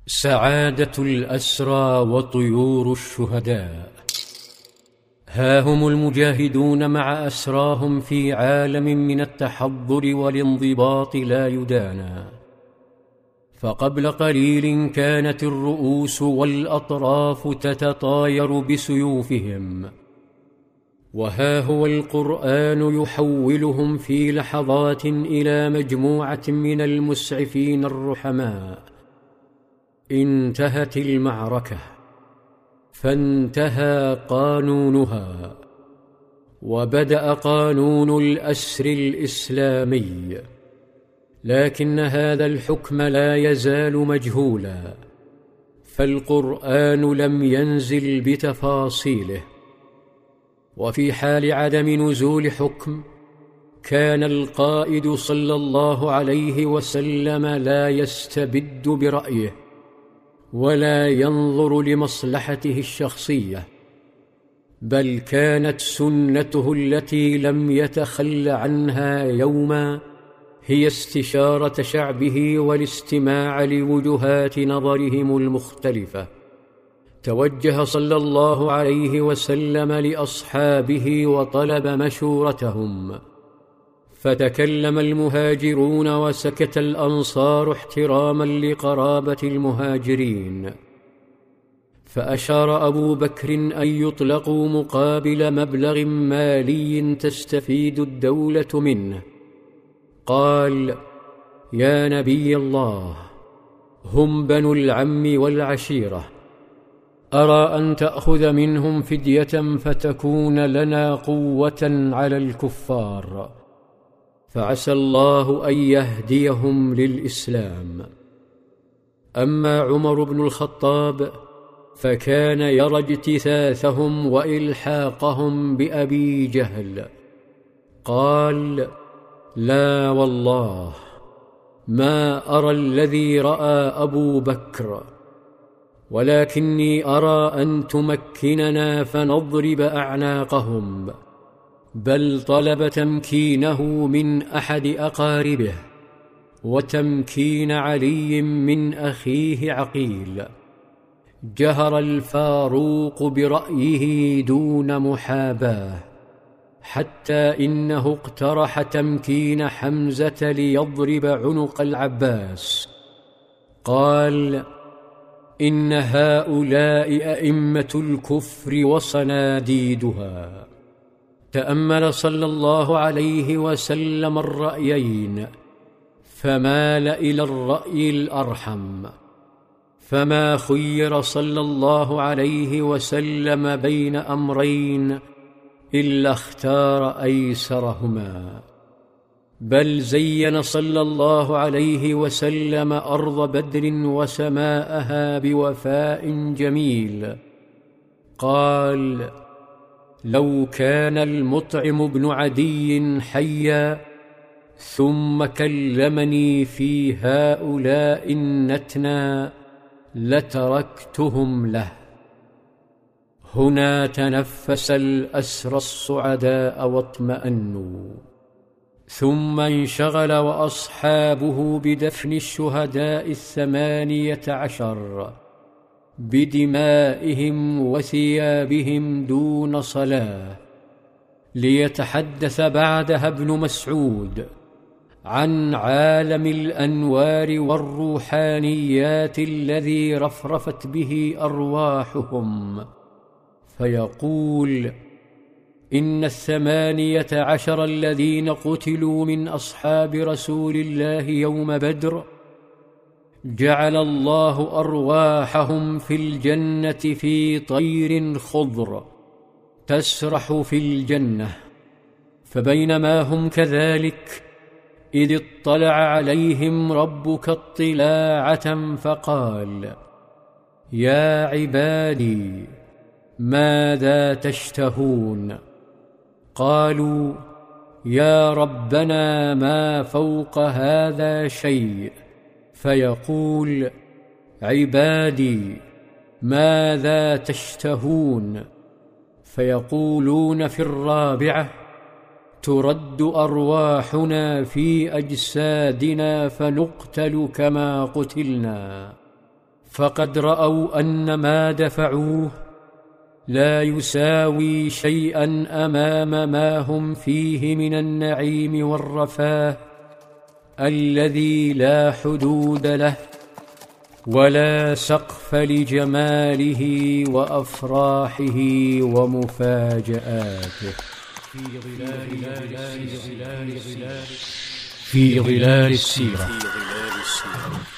سعادة الأسرى وطيور الشهداء. ها هم المجاهدون مع أسراهم في عالم من التحضر والانضباط لا يدانى. فقبل قليل كانت الرؤوس والأطراف تتطاير بسيوفهم، وها هو القرآن يحولهم في لحظات إلى مجموعة من المسعفين الرحماء. انتهت المعركة، فانتهى قانونها، وبدأ قانون الأسر الإسلامي. لكن هذا الحكم لا يزال مجهولا، فالقرآن لم ينزل بتفاصيله. وفي حال عدم نزول حكم، كان القائد صلى الله عليه وسلم لا يستبد برأيه ولا ينظر لمصلحته الشخصية، بل كانت سنته التي لم يتخل عنها يوما هي استشارة شعبه والاستماع لوجهات نظرهم المختلفة. توجه صلى الله عليه وسلم لأصحابه وطلب مشورتهم، فتكلم المهاجرون وسكت الأنصار احتراما لقرابة المهاجرين. فأشار أبو بكر أن يطلقوا مقابل مبلغ مالي تستفيد الدولة منه. قال: يا نبي الله، هم بنو العم والعشيرة، أرى أن تأخذ منهم فدية فتكون لنا قوة على الكفار، فعسى الله أن يهديهم للإسلام. أما عمر بن الخطاب فكان يرى اجتثاثهم وإلحاقهم بأبي جهل. قال: لا والله، ما أرى الذي رأى أبو بكر، ولكني أرى أن تمكننا فنضرب أعناقهم، بل طلب تمكينه من أحد أقاربه، وتمكين علي من أخيه عقيل. جهر الفاروق برأيه دون محاباة، حتى إنه اقترح تمكين حمزة ليضرب عنق العباس. قال: إن هؤلاء أئمة الكفر وصناديدها. تأمل صلى الله عليه وسلم الرأيين، فمال إلى الرأي الأرحم، فما خير صلى الله عليه وسلم بين أمرين إلا اختار أيسرهما. بل زين صلى الله عليه وسلم أرض بدر وسماءها بوفاء جميل. قال: لو كان المطعم بن عدي حيا ثم كلمني في هؤلاء النتنا لتركتهم له. هنا تنفس الأسرى الصعداء واطمأنوا، ثم انشغل وأصحابه بدفن الشهداء 18 بدمائهم وثيابهم دون صلاة، ليتحدث بعدها ابن مسعود عن عالم الأنوار والروحانيات الذي رفرفت به أرواحهم، فيقول: إن 18 الذين قتلوا من أصحاب رسول الله يوم بدر جعل الله أرواحهم في الجنة في طير خضر تسرح في الجنة. فبينما هم كذلك إذ اطلع عليهم ربك اطلاعة فقال: يا عبادي ماذا تشتهون؟ قالوا: يا ربنا ما فوق هذا شيء. فيقول: عبادي ماذا تشتهون؟ فيقولون في الرابعة: ترد أرواحنا في أجسادنا فنقتل كما قتلنا. فقد رأوا أن ما دفعوه لا يساوي شيئا أمام ما هم فيه من النعيم والرفاه الذي لا حدود له ولا سقف لجماله وأفراحه ومفاجآته. في ظلال السيرة.